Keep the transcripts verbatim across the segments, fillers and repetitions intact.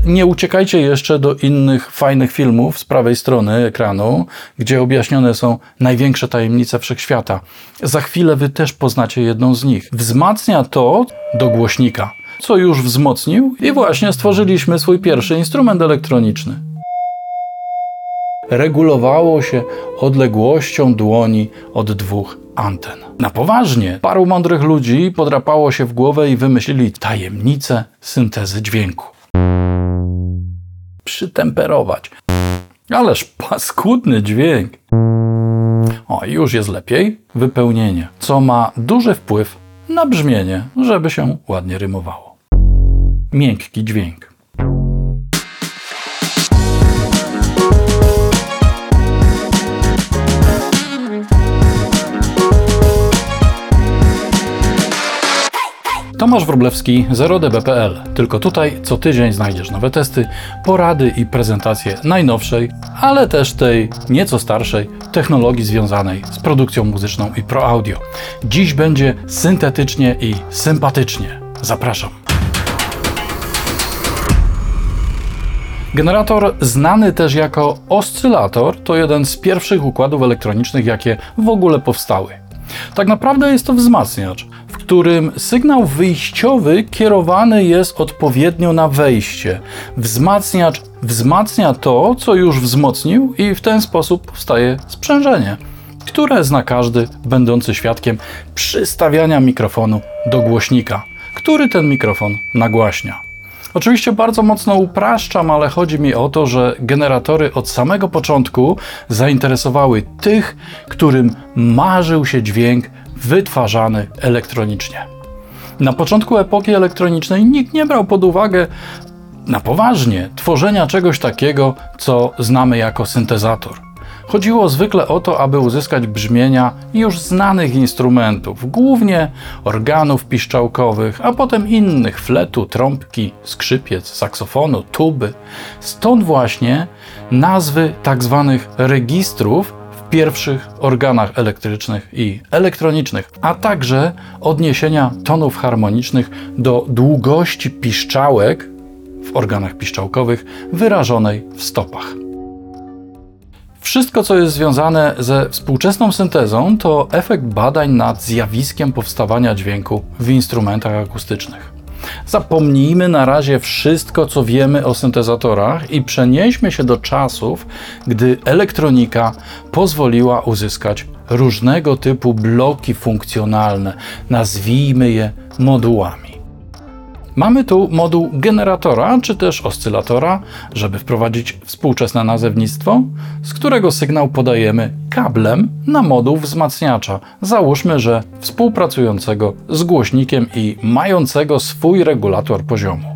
nie uciekajcie jeszcze do innych fajnych filmów z prawej strony ekranu, gdzie objaśnione są największe tajemnice wszechświata. Za chwilę wy też poznacie jedną z nich. Wzmacnia to do głośnika, co już wzmocnił i właśnie stworzyliśmy swój pierwszy instrument elektroniczny. Regulowało się odległością dłoni od dwóch anten. Na poważnie, paru mądrych ludzi podrapało się w głowę i wymyślili tajemnicę syntezy dźwięku. Przytemperować. Ależ paskudny dźwięk. O, już jest lepiej. Wypełnienie, co ma duży wpływ na brzmienie, żeby się ładnie rymowało. Miękki dźwięk. Tomasz Wróblewski, zero d b kropka p l. Tylko tutaj co tydzień znajdziesz nowe testy, porady i prezentacje najnowszej, ale też tej nieco starszej technologii związanej z produkcją muzyczną i pro audio. Dziś będzie syntetycznie i sympatycznie. Zapraszam. Generator, znany też jako oscylator, to jeden z pierwszych układów elektronicznych, jakie w ogóle powstały. Tak naprawdę jest to wzmacniacz, w którym sygnał wyjściowy kierowany jest odpowiednio na wejście. Wzmacniacz wzmacnia to, co już wzmocnił i w ten sposób powstaje sprzężenie, które zna każdy będący świadkiem przystawiania mikrofonu do głośnika, który ten mikrofon nagłaśnia. Oczywiście bardzo mocno upraszczam, ale chodzi mi o to, że generatory od samego początku zainteresowały tych, którym marzył się dźwięk wytwarzany elektronicznie. Na początku epoki elektronicznej nikt nie brał pod uwagę na poważnie tworzenia czegoś takiego, co znamy jako syntezator. Chodziło zwykle o to, aby uzyskać brzmienia już znanych instrumentów, głównie organów piszczałkowych, a potem innych, fletu, trąbki, skrzypiec, saksofonu, tuby. Stąd właśnie nazwy tak zwanych registrów w pierwszych organach elektrycznych i elektronicznych, a także odniesienia tonów harmonicznych do długości piszczałek w organach piszczałkowych wyrażonej w stopach. Wszystko, co jest związane ze współczesną syntezą, to efekt badań nad zjawiskiem powstawania dźwięku w instrumentach akustycznych. Zapomnijmy na razie wszystko, co wiemy o syntezatorach i przenieśmy się do czasów, gdy elektronika pozwoliła uzyskać różnego typu bloki funkcjonalne, nazwijmy je modułami. Mamy tu moduł generatora, czy też oscylatora, żeby wprowadzić współczesne nazewnictwo, z którego sygnał podajemy kablem na moduł wzmacniacza. Załóżmy, że współpracującego z głośnikiem i mającego swój regulator poziomu.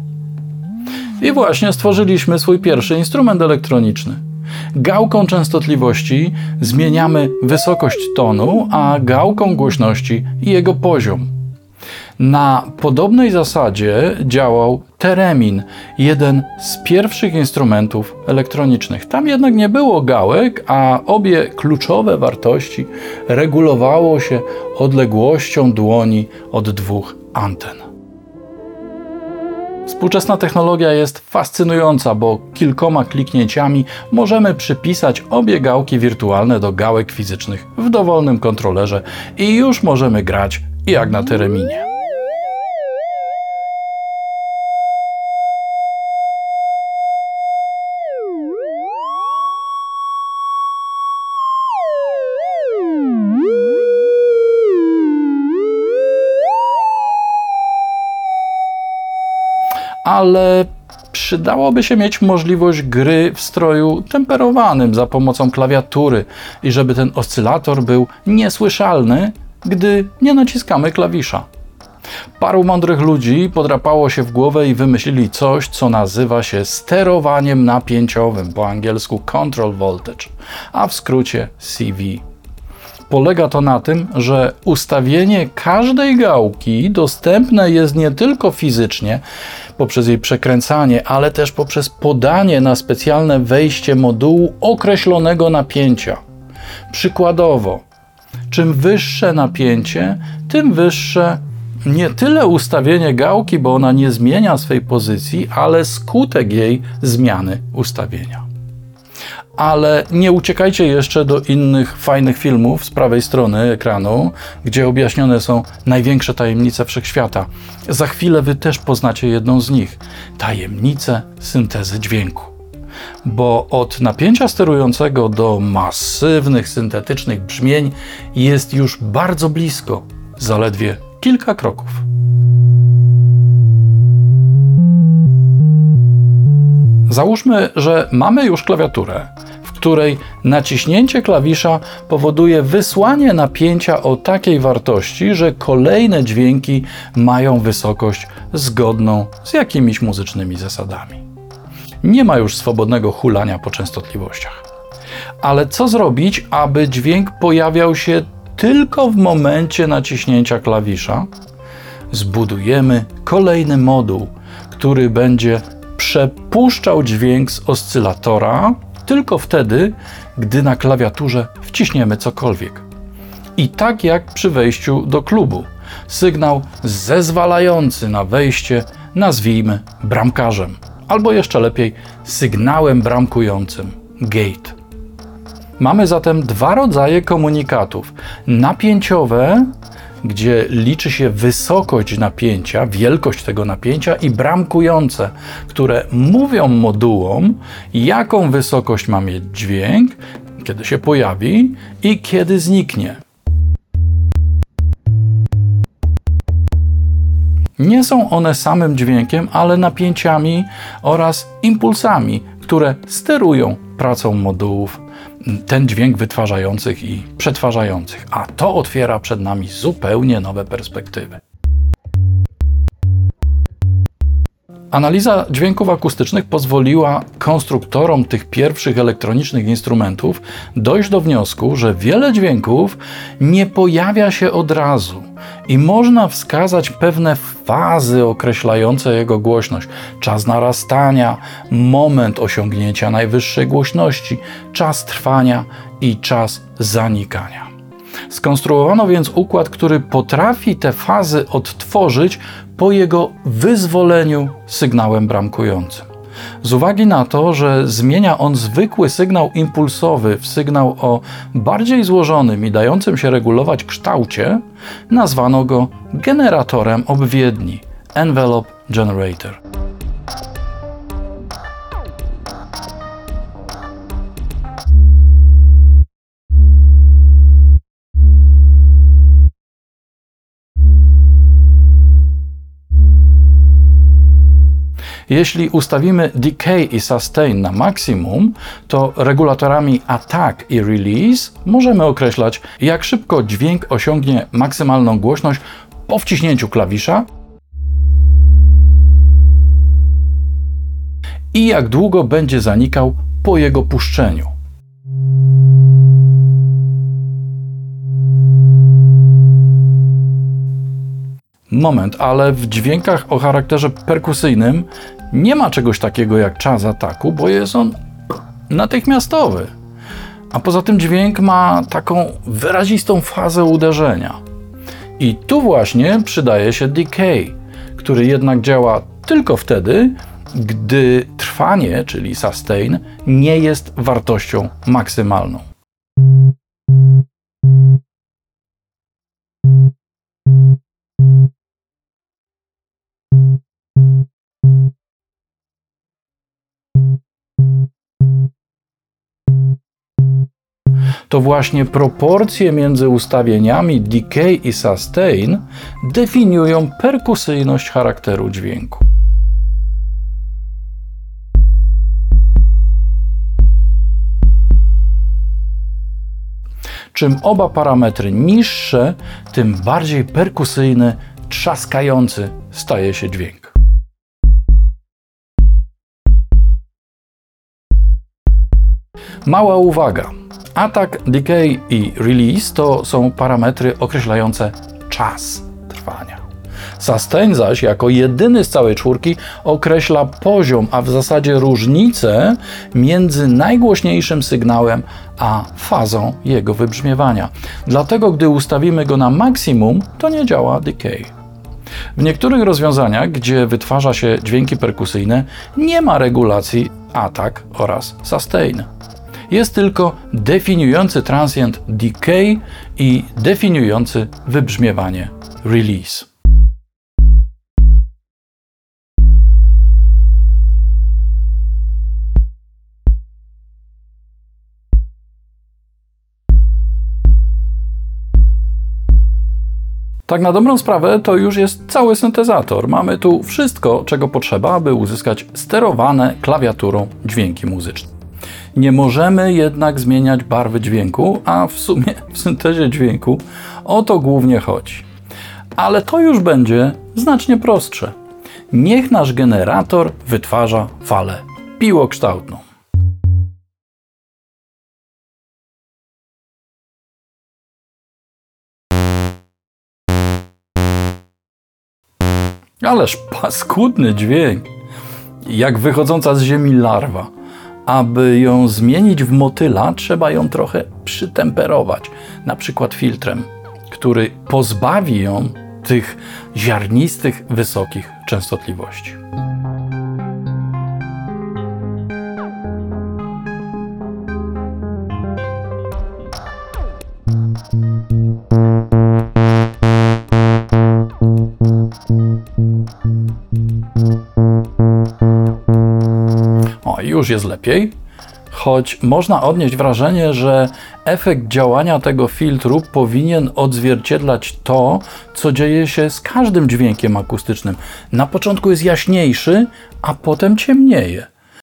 I właśnie stworzyliśmy swój pierwszy instrument elektroniczny. Gałką częstotliwości zmieniamy wysokość tonu, a gałką głośności jego poziom. Na podobnej zasadzie działał teremin, jeden z pierwszych instrumentów elektronicznych. Tam jednak nie było gałek, a obie kluczowe wartości regulowało się odległością dłoni od dwóch anten. Współczesna technologia jest fascynująca, bo kilkoma kliknięciami możemy przypisać obie gałki wirtualne do gałek fizycznych w dowolnym kontrolerze i już możemy grać jak na tereminie. Ale przydałoby się mieć możliwość gry w stroju temperowanym za pomocą klawiatury i żeby ten oscylator był niesłyszalny, gdy nie naciskamy klawisza. Paru mądrych ludzi podrapało się w głowę i wymyślili coś, co nazywa się sterowaniem napięciowym, po angielsku Control Voltage, a w skrócie C V. Polega to na tym, że ustawienie każdej gałki dostępne jest nie tylko fizycznie, poprzez jej przekręcanie, ale też poprzez podanie na specjalne wejście modułu określonego napięcia. Przykładowo, czym wyższe napięcie, tym wyższe nie tyle ustawienie gałki, bo ona nie zmienia swej pozycji, ale skutek jej zmiany ustawienia. Ale nie uciekajcie jeszcze do innych fajnych filmów z prawej strony ekranu, gdzie objaśnione są największe tajemnice wszechświata. Za chwilę wy też poznacie jedną z nich. Tajemnicę syntezy dźwięku. Bo od napięcia sterującego do masywnych, syntetycznych brzmień jest już bardzo blisko, zaledwie kilka kroków. Załóżmy, że mamy już klawiaturę, w której naciśnięcie klawisza powoduje wysłanie napięcia o takiej wartości, że kolejne dźwięki mają wysokość zgodną z jakimiś muzycznymi zasadami. Nie ma już swobodnego hulania po częstotliwościach. Ale co zrobić, aby dźwięk pojawiał się tylko w momencie naciśnięcia klawisza? Zbudujemy kolejny moduł, który będzie przepuszczał dźwięk z oscylatora tylko wtedy, gdy na klawiaturze wciśniemy cokolwiek. I tak jak przy wejściu do klubu, sygnał zezwalający na wejście nazwijmy bramkarzem, albo jeszcze lepiej sygnałem bramkującym gate. Mamy zatem dwa rodzaje komunikatów. Napięciowe, gdzie liczy się wysokość napięcia, wielkość tego napięcia, i bramkujące, które mówią modułom, jaką wysokość ma mieć dźwięk, kiedy się pojawi i kiedy zniknie. Nie są one samym dźwiękiem, ale napięciami oraz impulsami, które sterują pracą modułów, ten dźwięk wytwarzających i przetwarzających, a to otwiera przed nami zupełnie nowe perspektywy. Analiza dźwięków akustycznych pozwoliła konstruktorom tych pierwszych elektronicznych instrumentów dojść do wniosku, że wiele dźwięków nie pojawia się od razu i można wskazać pewne fazy określające jego głośność. Czas narastania, moment osiągnięcia najwyższej głośności, czas trwania i czas zanikania. Skonstruowano więc układ, który potrafi te fazy odtworzyć po jego wyzwoleniu sygnałem bramkującym. Z uwagi na to, że zmienia on zwykły sygnał impulsowy w sygnał o bardziej złożonym i dającym się regulować kształcie, nazwano go generatorem obwiedni, envelope generator. Jeśli ustawimy decay i sustain na maksimum, to regulatorami attack i release możemy określać, jak szybko dźwięk osiągnie maksymalną głośność po wciśnięciu klawisza i jak długo będzie zanikał po jego puszczeniu. Moment, ale w dźwiękach o charakterze perkusyjnym nie ma czegoś takiego jak czas ataku, bo jest on natychmiastowy. A poza tym dźwięk ma taką wyrazistą fazę uderzenia. I tu właśnie przydaje się decay, który jednak działa tylko wtedy, gdy trwanie, czyli sustain, nie jest wartością maksymalną. To właśnie proporcje między ustawieniami decay i sustain definiują perkusyjność charakteru dźwięku. Czym oba parametry niższe, tym bardziej perkusyjny, trzaskający staje się dźwięk. Mała uwaga. Attack, decay i release to są parametry określające czas trwania. Sustain zaś jako jedyny z całej czwórki określa poziom, a w zasadzie różnicę między najgłośniejszym sygnałem a fazą jego wybrzmiewania. Dlatego gdy ustawimy go na maksimum, to nie działa decay. W niektórych rozwiązaniach, gdzie wytwarza się dźwięki perkusyjne, nie ma regulacji attack oraz sustain. Jest tylko definiujący transient decay i definiujący wybrzmiewanie release. Tak na dobrą sprawę to już jest cały syntezator. Mamy tu wszystko, czego potrzeba, aby uzyskać sterowane klawiaturą dźwięki muzyczne. Nie możemy jednak zmieniać barwy dźwięku, a w sumie w syntezie dźwięku o to głównie chodzi. Ale to już będzie znacznie prostsze. Niech nasz generator wytwarza falę piłokształtną. Ależ paskudny dźwięk, jak wychodząca z ziemi larwa. Aby ją zmienić w motyla, trzeba ją trochę przytemperować, na przykład filtrem, który pozbawi ją tych ziarnistych, wysokich częstotliwości. O, już jest lepiej, choć można odnieść wrażenie, że efekt działania tego filtru powinien odzwierciedlać to, co dzieje się z każdym dźwiękiem akustycznym. Na początku jest jaśniejszy, a potem ciemnieje.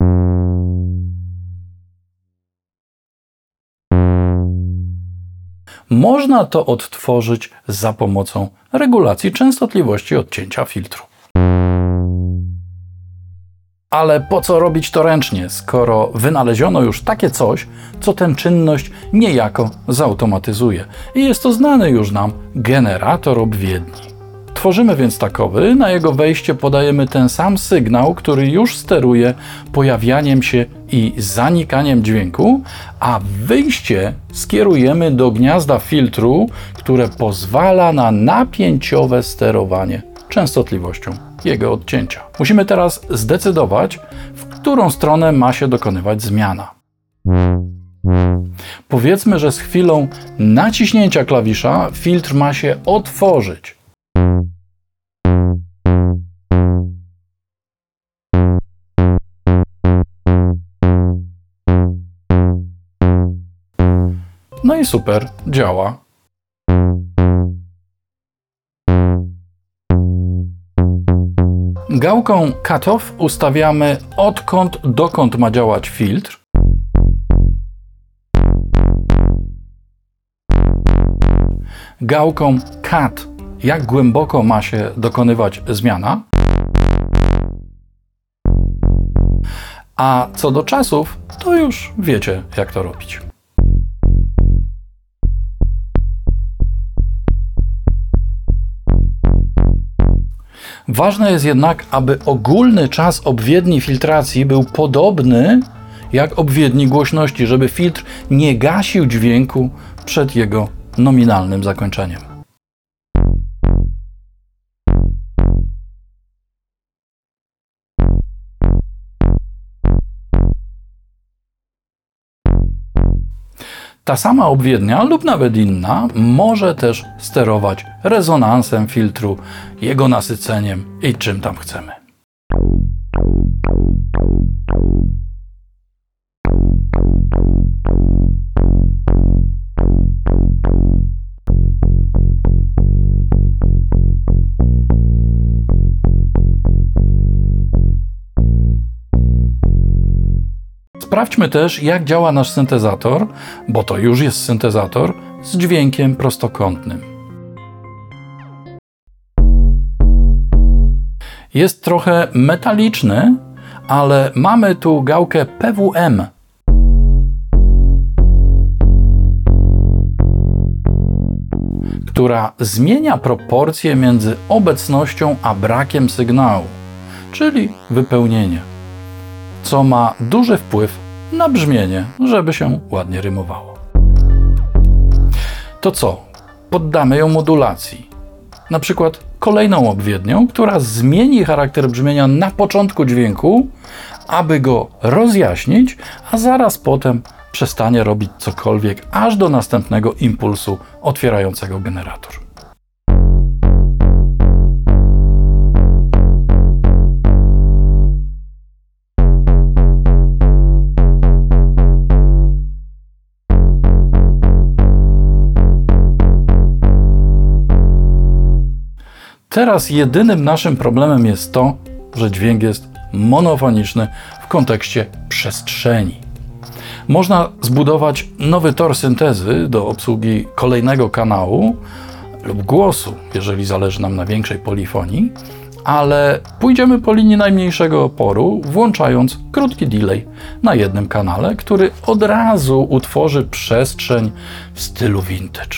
Można to odtworzyć za pomocą regulacji częstotliwości odcięcia filtru. Ale po co robić to ręcznie, skoro wynaleziono już takie coś, co tę czynność niejako zautomatyzuje. I jest to znany już nam generator obwiedni. Tworzymy więc takowy, na jego wejście podajemy ten sam sygnał, który już steruje pojawianiem się i zanikaniem dźwięku, a wyjście skierujemy do gniazda filtru, które pozwala na napięciowe sterowanie częstotliwością jego odcięcia. Musimy teraz zdecydować, w którą stronę ma się dokonywać zmiana. Powiedzmy, że z chwilą naciśnięcia klawisza filtr ma się otworzyć. No i super, działa. Gałką Cutoff ustawiamy, odkąd dokąd ma działać filtr. Gałką Cut, jak głęboko ma się dokonywać zmiana. A co do czasów, to już wiecie, jak to robić. Ważne jest jednak, aby ogólny czas obwiedni filtracji był podobny jak obwiedni głośności, żeby filtr nie gasił dźwięku przed jego nominalnym zakończeniem. Ta sama obwiednia lub nawet inna może też sterować rezonansem filtru, jego nasyceniem i czym tam chcemy. Sprawdźmy też, jak działa nasz syntezator, bo to już jest syntezator, z dźwiękiem prostokątnym. Jest trochę metaliczny, ale mamy tu gałkę P W M. Która zmienia proporcje między obecnością a brakiem sygnału, czyli wypełnienie, co ma duży wpływ na brzmienie, żeby się ładnie rymowało. To co? Poddamy ją modulacji, na przykład kolejną odpowiednią, która zmieni charakter brzmienia na początku dźwięku, aby go rozjaśnić, a zaraz potem przestanie robić cokolwiek aż do następnego impulsu otwierającego generator. Teraz jedynym naszym problemem jest to, że dźwięk jest monofoniczny w kontekście przestrzeni. Można zbudować nowy tor syntezy do obsługi kolejnego kanału lub głosu, jeżeli zależy nam na większej polifonii, ale pójdziemy po linii najmniejszego oporu, włączając krótki delay na jednym kanale, który od razu utworzy przestrzeń w stylu vintage.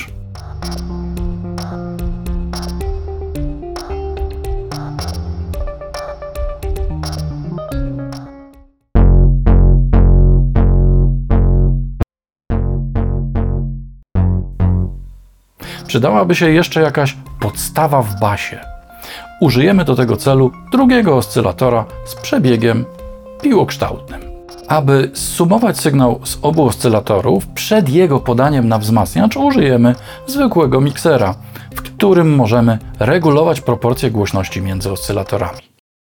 Przydałaby się jeszcze jakaś podstawa w basie. Użyjemy do tego celu drugiego oscylatora z przebiegiem piłokształtnym. Aby zsumować sygnał z obu oscylatorów, przed jego podaniem na wzmacniacz użyjemy zwykłego miksera, w którym możemy regulować proporcje głośności między oscylatorami.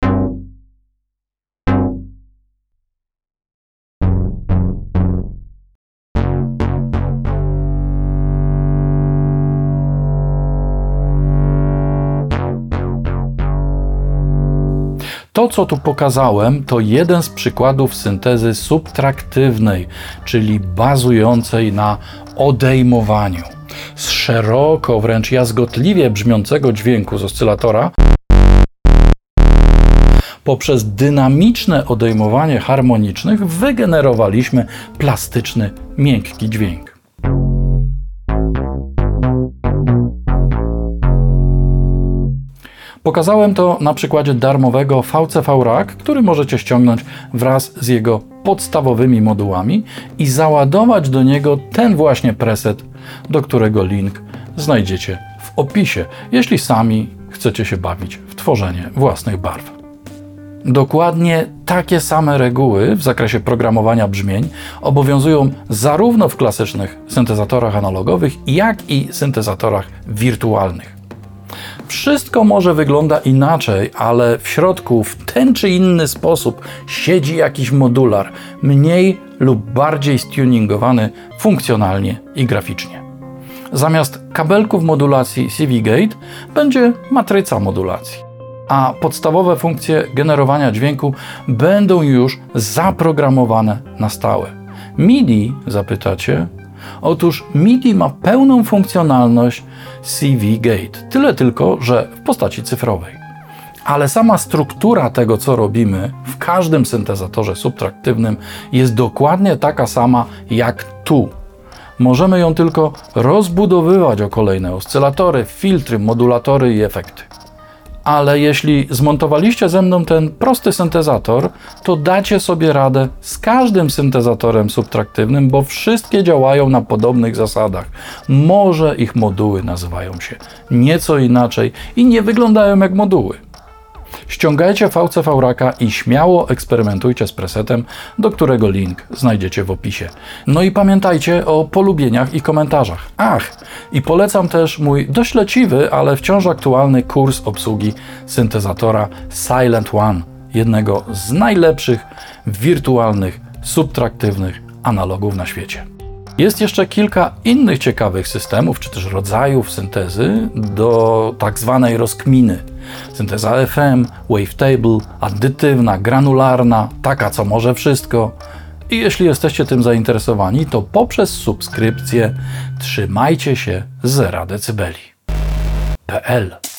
To, co tu pokazałem, to jeden z przykładów syntezy subtraktywnej, czyli bazującej na odejmowaniu. Z szeroko, wręcz jazgotliwie brzmiącego dźwięku z oscylatora poprzez dynamiczne odejmowanie harmonicznych wygenerowaliśmy plastyczny, miękki dźwięk. Pokazałem to na przykładzie darmowego V C V Rack, który możecie ściągnąć wraz z jego podstawowymi modułami i załadować do niego ten właśnie preset, do którego link znajdziecie w opisie, jeśli sami chcecie się bawić w tworzenie własnych barw. Dokładnie takie same reguły w zakresie programowania brzmień obowiązują zarówno w klasycznych syntezatorach analogowych, jak i syntezatorach wirtualnych. Wszystko może wygląda inaczej, ale w środku w ten czy inny sposób siedzi jakiś modular, mniej lub bardziej stuningowany funkcjonalnie i graficznie. Zamiast kabelków modulacji C V Gate będzie matryca modulacji, a podstawowe funkcje generowania dźwięku będą już zaprogramowane na stałe. MIDI, zapytacie? Otóż MIDI ma pełną funkcjonalność C V Gate, tyle tylko, że w postaci cyfrowej. Ale sama struktura tego, co robimy w każdym syntezatorze subtraktywnym jest dokładnie taka sama jak tu. Możemy ją tylko rozbudowywać o kolejne oscylatory, filtry, modulatory i efekty. Ale jeśli zmontowaliście ze mną ten prosty syntezator, to dacie sobie radę z każdym syntezatorem subtraktywnym, bo wszystkie działają na podobnych zasadach. Może ich moduły nazywają się nieco inaczej i nie wyglądają jak moduły. Ściągajcie V C V Racka i śmiało eksperymentujcie z presetem, do którego link znajdziecie w opisie. No i pamiętajcie o polubieniach i komentarzach. Ach, i polecam też mój dość leciwy, ale wciąż aktualny kurs obsługi syntezatora Silent One, jednego z najlepszych wirtualnych, subtraktywnych analogów na świecie. Jest jeszcze kilka innych ciekawych systemów, czy też rodzajów syntezy do tak zwanej rozkminy. Synteza F M, wavetable, addytywna, granularna, taka co może wszystko. I jeśli jesteście tym zainteresowani, to poprzez subskrypcję trzymajcie się zera decybeli kropka p l